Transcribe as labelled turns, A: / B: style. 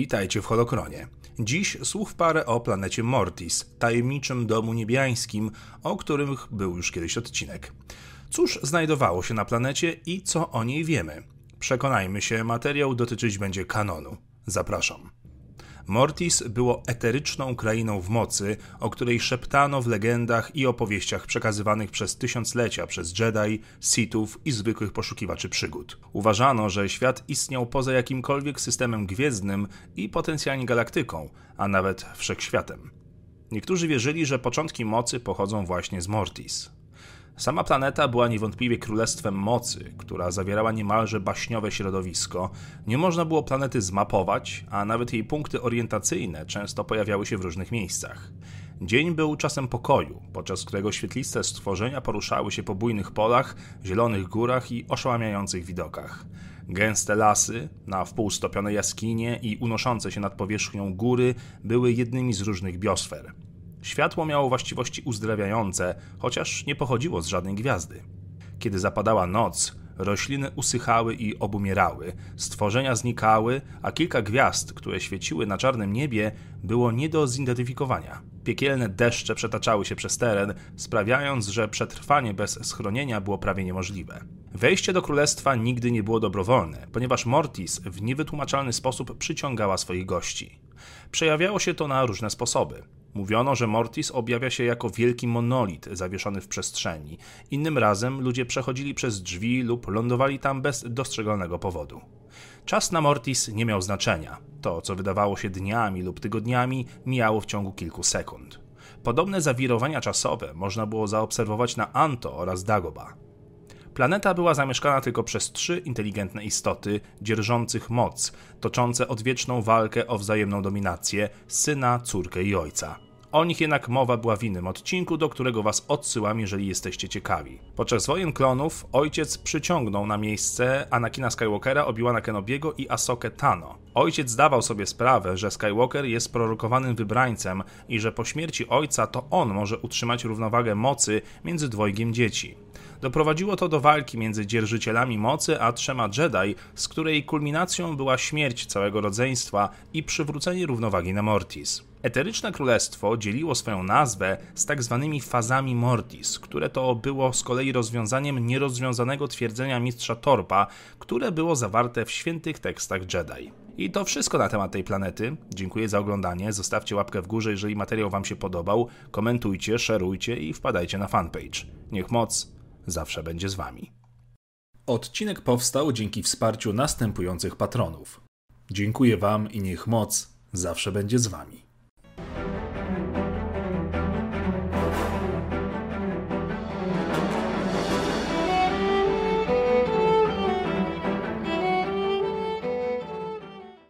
A: Witajcie w Holokronie. Dziś słów parę o planecie Mortis, tajemniczym domu niebiańskim, o którym był już kiedyś odcinek. Cóż znajdowało się na planecie i co o niej wiemy? Przekonajmy się, materiał dotyczyć będzie kanonu. Zapraszam. Mortis było eteryczną krainą w mocy, o której szeptano w legendach i opowieściach przekazywanych przez tysiąclecia przez Jedi, Sithów i zwykłych poszukiwaczy przygód. Uważano, że świat istniał poza jakimkolwiek systemem gwiezdnym i potencjalnie galaktyką, a nawet wszechświatem. Niektórzy wierzyli, że początki mocy pochodzą właśnie z Mortis. Sama planeta była niewątpliwie królestwem mocy, która zawierała niemalże baśniowe środowisko. Nie można było planety zmapować, a nawet jej punkty orientacyjne często pojawiały się w różnych miejscach. Dzień był czasem pokoju, podczas którego świetliste stworzenia poruszały się po bujnych polach, zielonych górach i oszałamiających widokach. Gęste lasy, na wpół stopione jaskinie i unoszące się nad powierzchnią góry były jednymi z różnych biosfer. Światło miało właściwości uzdrawiające, chociaż nie pochodziło z żadnej gwiazdy. Kiedy zapadała noc, rośliny usychały i obumierały, stworzenia znikały, a kilka gwiazd, które świeciły na czarnym niebie, było nie do zidentyfikowania. Piekielne deszcze przetaczały się przez teren, sprawiając, że przetrwanie bez schronienia było prawie niemożliwe. Wejście do królestwa nigdy nie było dobrowolne, ponieważ Mortis w niewytłumaczalny sposób przyciągała swoich gości. Przejawiało się to na różne sposoby. Mówiono, że Mortis objawia się jako wielki monolit zawieszony w przestrzeni. Innym razem ludzie przechodzili przez drzwi lub lądowali tam bez dostrzegalnego powodu. Czas na Mortis nie miał znaczenia. To, co wydawało się dniami lub tygodniami, mijało w ciągu kilku sekund. Podobne zawirowania czasowe można było zaobserwować na Anto oraz Dagobah. Planeta była zamieszkana tylko przez 3 inteligentne istoty, dzierżących moc, toczące odwieczną walkę o wzajemną dominację, syna, córkę i ojca. O nich jednak mowa była w innym odcinku, do którego was odsyłam, jeżeli jesteście ciekawi. Podczas wojen klonów ojciec przyciągnął na miejsce Anakina Skywalkera, Obi-Wana Kenobiego i Asokę Tano. Ojciec zdawał sobie sprawę, że Skywalker jest prorokowanym wybrańcem i że po śmierci ojca to on może utrzymać równowagę mocy między dwojgiem dzieci. Doprowadziło to do walki między dzierżycielami mocy a 3 Jedi, z której kulminacją była śmierć całego rodzeństwa i przywrócenie równowagi na Mortis. Eteryczne królestwo dzieliło swoją nazwę z tak zwanymi fazami Mortis, które to było z kolei rozwiązaniem nierozwiązanego twierdzenia mistrza Torpa, które było zawarte w świętych tekstach Jedi. I to wszystko na temat tej planety. Dziękuję za oglądanie, zostawcie łapkę w górze, jeżeli materiał wam się podobał, komentujcie, szerujcie i wpadajcie na fanpage. Niech moc zawsze będzie z wami. Odcinek powstał dzięki wsparciu następujących patronów. Dziękuję wam i niech moc zawsze będzie z wami.